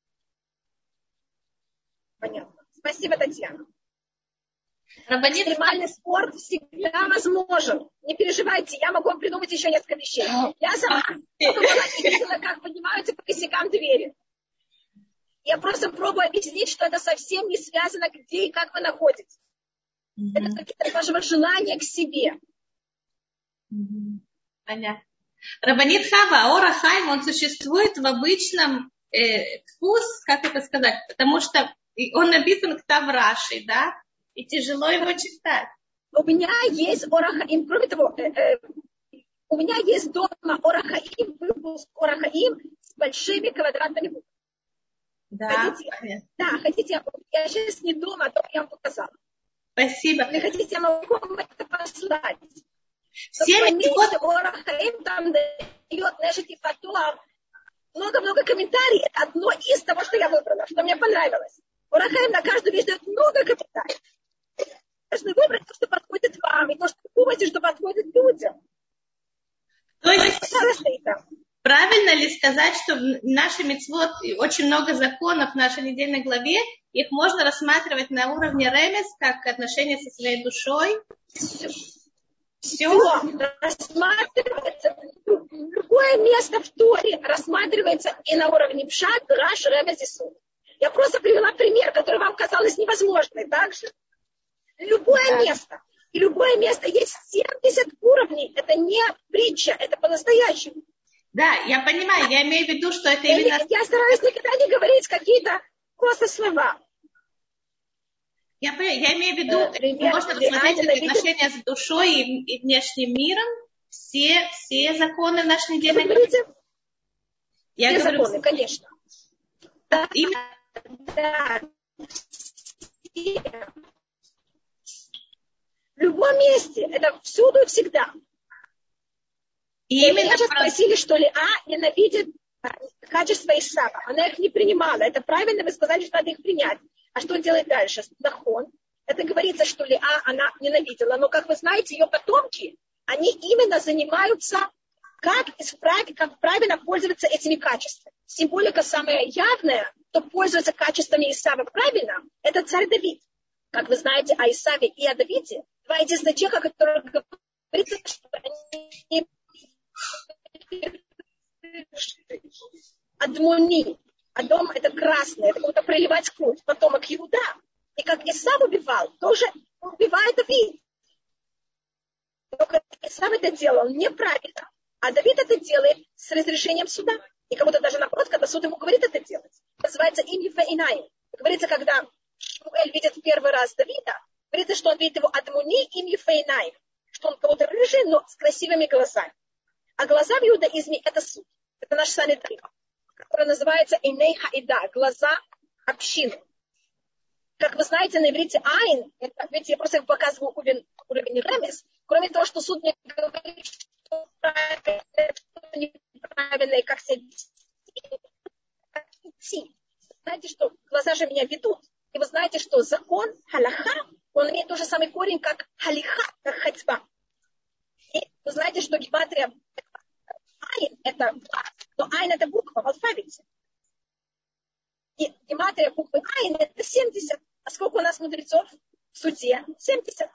Понятно. Спасибо, Татьяна. Рабанит... Экстремальный спорт всегда возможен. Не переживайте, я могу вам придумать еще несколько вещей. Я сама пробовала и видела, как поднимаются по косякам двери. Я просто пробую объяснить, что это совсем не связано, где и как вы находитесь. Mm-hmm. Это какие-то вашего желания к себе. Mm-hmm. Понятно. Рабанит Хава, Ор ха-Хаим, он существует в обычном э, вкус, как это сказать, потому что он написан Ктав Раши, да? И тяжело его читать. У меня есть Ор ха-Хаим, кроме того, э, э, у меня есть дома Ор ха-Хаим, выпуск Ор ха-Хаим с большими квадратными буквами. Да, хотите? Да, хотите, я сейчас не дома, а то я вам показала. Спасибо. Если хотите, я могу вам это послать. Все месяцы Ор ха-Хаим там дает Нешет Фатуа много-много комментариев. Одно из того, что я выбрала, что мне понравилось. Ор ха-Хаим на каждую вещь дает много комментариев. Должны выбрать то, что подходит вам, и то, что вы думаете, что подходит людям. То есть, правильно ли сказать, что в нашей мицвот очень много законов в нашей недельной главе, их можно рассматривать на уровне ремес, как отношения со своей душой? Все. Все рассматривается. Любое место в Торе рассматривается и на уровне пшат, раш, ремес и суд. Я просто привела пример, который вам казалось невозможным. Также любое да. место. И любое место есть семьдесят уровней. Это не притча, это по-настоящему. Да, я понимаю, я имею в виду, что это я именно... Не, я стараюсь никогда не говорить какие-то просто слова. Я, я имею в виду, э, можно рассмотреть это отношения с душой и, и внешним миром, все, все законы в нашей недельной главе. Я все говорю, законы, конечно. Да, именно... да. В любом месте, это всюду и всегда. И именно меня про... спросили, что ли, а ненавидит качество Исава. Она их не принимала. Это правильно, вы сказали, что надо их принять. А что делать дальше? Нахон. Это говорится, что ли, а она ненавидела. Но, как вы знаете, ее потомки, они именно занимаются, как, исправить, как правильно пользоваться этими качествами. Символика самая явная, кто пользуется качествами Исава правильно, это царь Давид. Как вы знаете о Исаве и о Давиде, два единственных человека, которые говорится, что они Адмони. Адом это красное, это будто проливать кровь. Потомок Иуда. И как Исав убивал, тоже убивает Давид. Только Исав это делал неправильно. А Давид это делает с разрешением суда. И как будто даже наоборот, когда суд ему говорит это делать. Называется им Ефаинаим. Говорится, когда Шмуэль видит в первый раз Давида, говорится, что он видит его Адмуни им Ефаинаим. Что он кого-то рыжий, но с красивыми глазами. А глаза в иудаизме это суд. Это наш санедрин, который называется Иней Хаида, глаза общины. Как вы знаете, на иврите Айн, это, видите, я просто показываю уровень, уровень ремес, кроме того, что суд мне говорит, что правильно, что неправильно, и как себя идти. Знаете, что глаза же меня ведут. И вы знаете, что закон, халаха, он имеет тот же самый корень, как халиха, как хатьба. И вы знаете, что гематрия Айн это глаз, но Айн это буква в алфавите. И гематрия буквы Айн это семьдесят. А сколько у нас мудрецов в суде? семьдесят.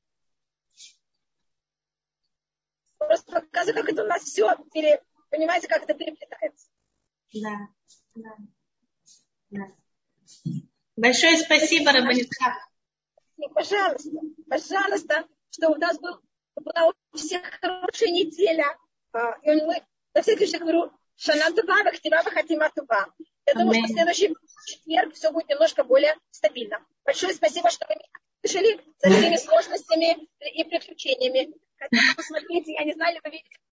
Просто показываю, как это у нас все, пере... понимаете, как это переплетается. Да, да, да. Большое спасибо, Рабанит Хава. Пожалуйста, пожалуйста, что у нас был, была у всех хорошая неделя. И мы На всякий случай говорю, Шана Тува, Вахтива, Вахатима Тува. Я думаю, что в следующий четверг все будет немножко более стабильно. Большое спасибо, что вы меня слышали со всеми сложностями и приключениями. Хотите посмотреть, я не знаю, ли вы видите